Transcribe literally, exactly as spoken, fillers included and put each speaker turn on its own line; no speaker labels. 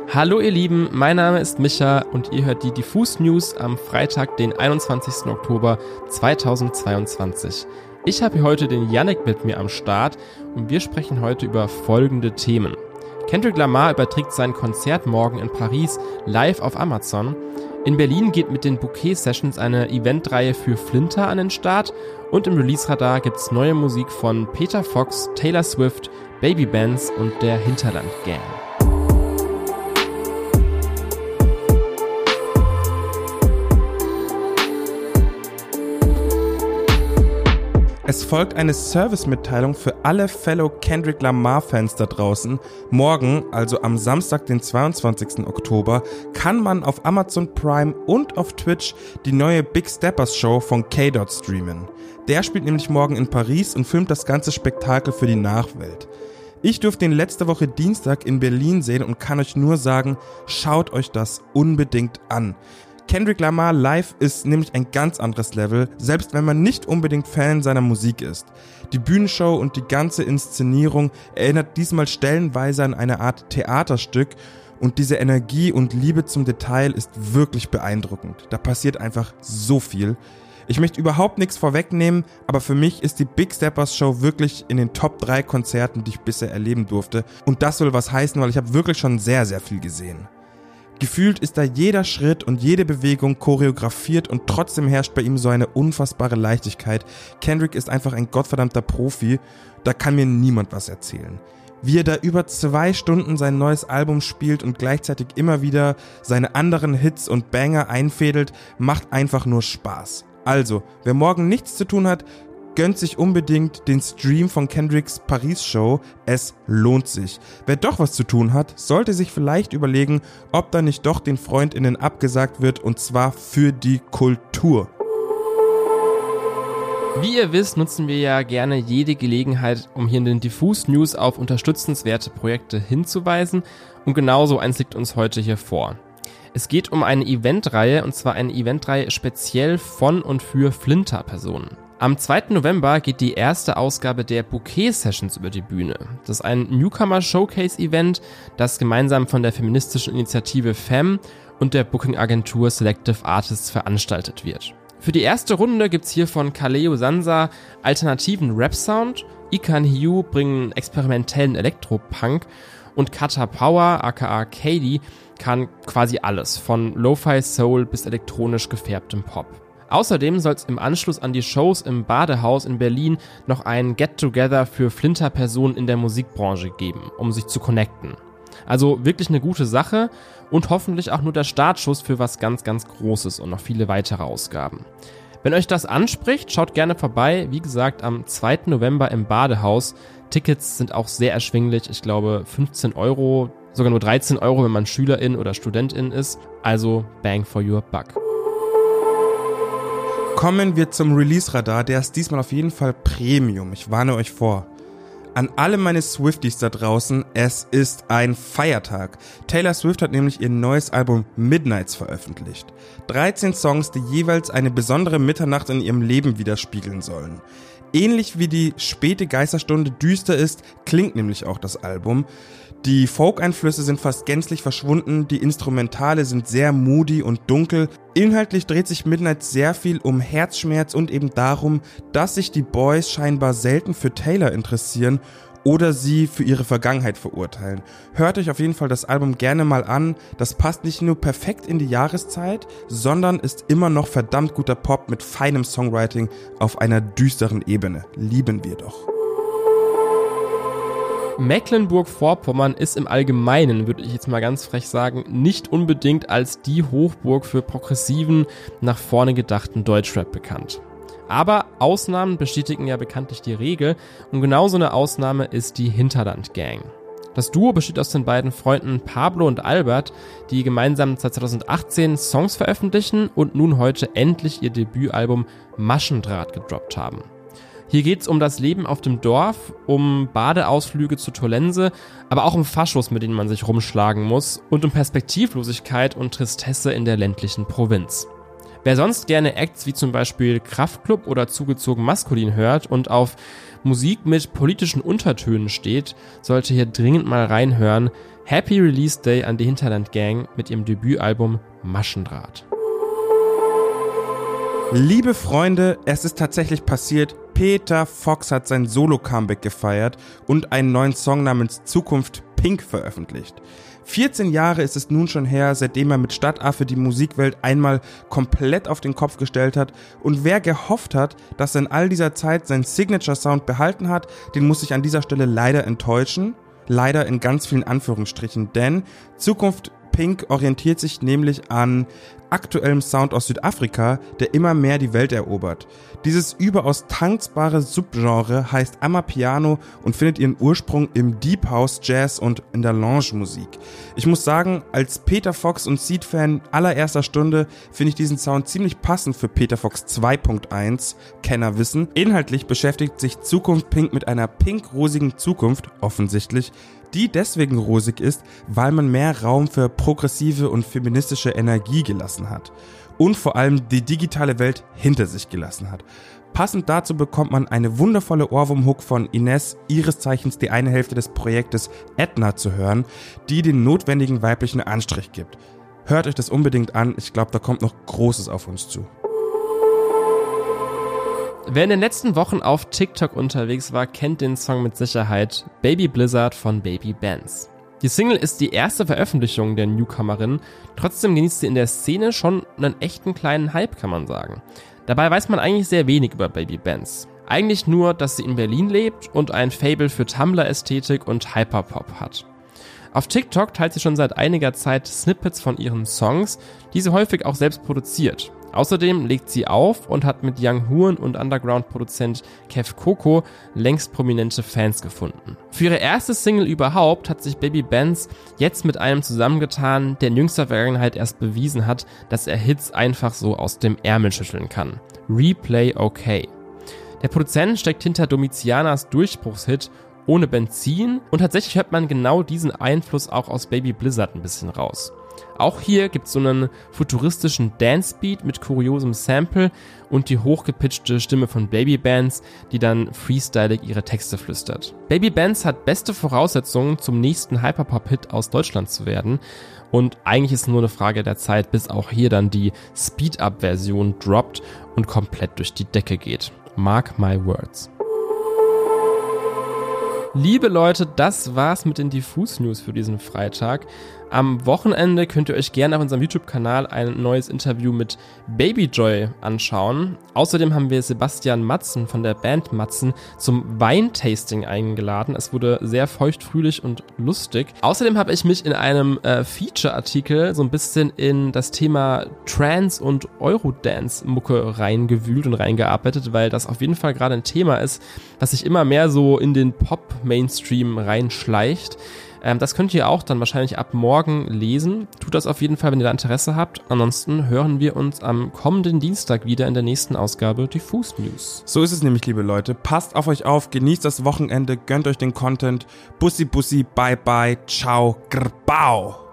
Hallo ihr Lieben, mein Name ist Micha und ihr hört die Diffus News am Freitag, den einundzwanzigsten Oktober zweitausendzweiundzwanzig. Ich habe hier heute den Yannick mit mir am Start und wir sprechen heute über folgende Themen. Kendrick Lamar überträgt sein Konzert morgen in Paris live auf Amazon. In Berlin geht mit den Bouquet Sessions eine Eventreihe für Flinter an den Start und im Release-Radar gibt's neue Musik von Peter Fox, Taylor Swift, Baby Benz und der Hinterland Gang.
Es folgt eine Service-Mitteilung für alle Fellow Kendrick Lamar-Fans da draußen. Morgen, also am Samstag, den zweiundzwanzigsten Oktober, kann man auf Amazon Prime und auf Twitch die neue Big Steppers Show von K-Dot streamen. Der spielt nämlich morgen in Paris und filmt das ganze Spektakel für die Nachwelt. Ich durfte ihn letzte Woche Dienstag in Berlin sehen und kann euch nur sagen, schaut euch das unbedingt an. Kendrick Lamar live ist nämlich ein ganz anderes Level, selbst wenn man nicht unbedingt Fan seiner Musik ist. Die Bühnenshow und die ganze Inszenierung erinnert diesmal stellenweise an eine Art Theaterstück und diese Energie und Liebe zum Detail ist wirklich beeindruckend. Da passiert einfach so viel. Ich möchte überhaupt nichts vorwegnehmen, aber für mich ist die Big Steppers Show wirklich in den Top drei Konzerten, die ich bisher erleben durfte. Und das soll was heißen, weil ich habe wirklich schon sehr, sehr viel gesehen. Gefühlt ist da jeder Schritt und jede Bewegung choreografiert und trotzdem herrscht bei ihm so eine unfassbare Leichtigkeit. Kendrick ist einfach ein gottverdammter Profi, da kann mir niemand was erzählen. Wie er da über zwei Stunden sein neues Album spielt und gleichzeitig immer wieder seine anderen Hits und Banger einfädelt, macht einfach nur Spaß. Also, wer morgen nichts zu tun hat, gönnt sich unbedingt den Stream von Kendricks Paris-Show. Es lohnt sich. Wer doch was zu tun hat, sollte sich vielleicht überlegen, ob da nicht doch den FreundInnen abgesagt wird, und zwar für die Kultur.
Wie ihr wisst, nutzen wir ja gerne jede Gelegenheit, um hier in den Diffus News auf unterstützenswerte Projekte hinzuweisen, und genauso eins liegt uns heute hier vor. Es geht um eine Eventreihe, und zwar eine Eventreihe speziell von und für Flinter-Personen. Am zweiten November geht die erste Ausgabe der Bouquet Sessions über die Bühne. Das ist ein Newcomer-Showcase-Event, das gemeinsam von der feministischen Initiative F E M und der Booking-Agentur Selective Artists veranstaltet wird. Für die erste Runde gibt's hier von Kaleo Sansa alternativen Rap-Sound, Ikan Hiu bringen experimentellen Elektropunk und Kata Power, aka Katie, kann quasi alles, von Lo-Fi Soul bis elektronisch gefärbtem Pop. Außerdem soll es im Anschluss an die Shows im Badehaus in Berlin noch ein Get-Together für Flinter-Personen in der Musikbranche geben, um sich zu connecten. Also wirklich eine gute Sache und hoffentlich auch nur der Startschuss für was ganz, ganz Großes und noch viele weitere Ausgaben. Wenn euch das anspricht, schaut gerne vorbei. Wie gesagt, am zweiten November im Badehaus. Tickets sind auch sehr erschwinglich. Ich glaube fünfzehn Euro, sogar nur dreizehn Euro, wenn man Schülerin oder Studentin ist. Also bang for your buck.
Kommen wir zum Release-Radar, der ist diesmal auf jeden Fall Premium, ich warne euch vor. An alle meine Swifties da draußen, es ist ein Feiertag. Taylor Swift hat nämlich ihr neues Album Midnights veröffentlicht. dreizehn Songs, die jeweils eine besondere Mitternacht in ihrem Leben widerspiegeln sollen. Ähnlich wie die späte Geisterstunde düster ist, klingt nämlich auch das Album. Die Folk-Einflüsse sind fast gänzlich verschwunden, die Instrumentale sind sehr moody und dunkel. Inhaltlich dreht sich Midnight sehr viel um Herzschmerz und eben darum, dass sich die Boys scheinbar selten für Taylor interessieren oder sie für ihre Vergangenheit verurteilen. Hört euch auf jeden Fall das Album gerne mal an, das passt nicht nur perfekt in die Jahreszeit, sondern ist immer noch verdammt guter Pop mit feinem Songwriting auf einer düsteren Ebene. Lieben wir doch.
Mecklenburg-Vorpommern ist im Allgemeinen, würde ich jetzt mal ganz frech sagen, nicht unbedingt als die Hochburg für progressiven, nach vorne gedachten Deutschrap bekannt. Aber Ausnahmen bestätigen ja bekanntlich die Regel und genau so eine Ausnahme ist die Hinterland Gang. Das Duo besteht aus den beiden Freunden Pablo und Albert, die gemeinsam seit zweitausendachtzehn Songs veröffentlichen und nun heute endlich ihr Debütalbum Maschendraht gedroppt haben. Hier geht's um das Leben auf dem Dorf, um Badeausflüge zur Tollense, aber auch um Faschos, mit denen man sich rumschlagen muss und um Perspektivlosigkeit und Tristesse in der ländlichen Provinz. Wer sonst gerne Acts wie zum Beispiel Kraftklub oder Zugezogen Maskulin hört und auf Musik mit politischen Untertönen steht, sollte hier dringend mal reinhören. Happy Release Day an die Hinterland Gang mit ihrem Debütalbum Maschendraht.
Liebe Freunde, es ist tatsächlich passiert. Peter Fox hat sein Solo-Comeback gefeiert und einen neuen Song namens Zukunft Pink veröffentlicht. vierzehn Jahre ist es nun schon her, seitdem er mit Stadtaffe die Musikwelt einmal komplett auf den Kopf gestellt hat, und wer gehofft hat, dass er in all dieser Zeit seinen Signature-Sound behalten hat, den muss ich an dieser Stelle leider enttäuschen. Leider in ganz vielen Anführungsstrichen, denn Zukunft Pink orientiert sich nämlich an aktuellem Sound aus Südafrika, der immer mehr die Welt erobert. Dieses überaus tanzbare Subgenre heißt Amapiano und findet ihren Ursprung im Deep House, Jazz und in der Lounge-Musik. Ich muss sagen, als Peter Fox und Seed-Fan allererster Stunde finde ich diesen Sound ziemlich passend für Peter Fox zwei Punkt eins, Kenner wissen. Inhaltlich beschäftigt sich Zukunft Pink mit einer pink-rosigen Zukunft, offensichtlich, die deswegen rosig ist, weil man mehr Raum für progressive und feministische Energie gelassen hat und vor allem die digitale Welt hinter sich gelassen hat. Passend dazu bekommt man eine wundervolle Ohrwurm-Hook von Ines, ihres Zeichens die eine Hälfte des Projektes Edna, zu hören, die den notwendigen weiblichen Anstrich gibt. Hört euch das unbedingt an, ich glaube, da kommt noch Großes auf uns zu.
Wer in den letzten Wochen auf TikTok unterwegs war, kennt den Song mit Sicherheit, Baby Blizzard von Baby Benz. Die Single ist die erste Veröffentlichung der Newcomerin, trotzdem genießt sie in der Szene schon einen echten kleinen Hype, kann man sagen. Dabei weiß man eigentlich sehr wenig über Baby Benz. Eigentlich nur, dass sie in Berlin lebt und ein Faible für Tumblr-Ästhetik und Hyperpop hat. Auf TikTok teilt sie schon seit einiger Zeit Snippets von ihren Songs, die sie häufig auch selbst produziert. Außerdem legt sie auf und hat mit Young Horn und Underground-Produzent Kev Coco längst prominente Fans gefunden. Für ihre erste Single überhaupt hat sich Baby Benz jetzt mit einem zusammengetan, der in jüngster Vergangenheit erst bewiesen hat, dass er Hits einfach so aus dem Ärmel schütteln kann. Replay Okay. Der Produzent steckt hinter Domizianas Durchbruchshit Ohne Benzin und tatsächlich hört man genau diesen Einfluss auch aus Baby Blizzard ein bisschen raus. Auch hier gibt es so einen futuristischen Dance-Beat mit kuriosem Sample und die hochgepitchte Stimme von Baby Benz, die dann freestylig ihre Texte flüstert. Baby Benz hat beste Voraussetzungen, zum nächsten Hyperpop-Hit aus Deutschland zu werden, und eigentlich ist es nur eine Frage der Zeit, bis auch hier dann die Speed-Up-Version droppt und komplett durch die Decke geht. Mark my words. Liebe Leute, das war's mit den Diffus-News für diesen Freitag. Am Wochenende könnt ihr euch gerne auf unserem YouTube-Kanal ein neues Interview mit Babyjoy anschauen. Außerdem haben wir Sebastian Matzen von der Band Matzen zum Weintasting eingeladen. Es wurde sehr feuchtfröhlich und lustig. Außerdem habe ich mich in einem äh, Feature-Artikel so ein bisschen in das Thema Trance- und Eurodance-Mucke reingewühlt und reingearbeitet, weil das auf jeden Fall gerade ein Thema ist, was sich immer mehr so in den Pop-Mainstream reinschleicht. Ähm, das könnt ihr auch dann wahrscheinlich ab morgen lesen. Tut das auf jeden Fall, wenn ihr da Interesse habt. Ansonsten hören wir uns am kommenden Dienstag wieder in der nächsten Ausgabe Diffus News.
So ist es nämlich, liebe Leute. Passt auf euch auf, genießt das Wochenende, gönnt euch den Content. Bussi, bussi, bye, bye, ciao, grbau.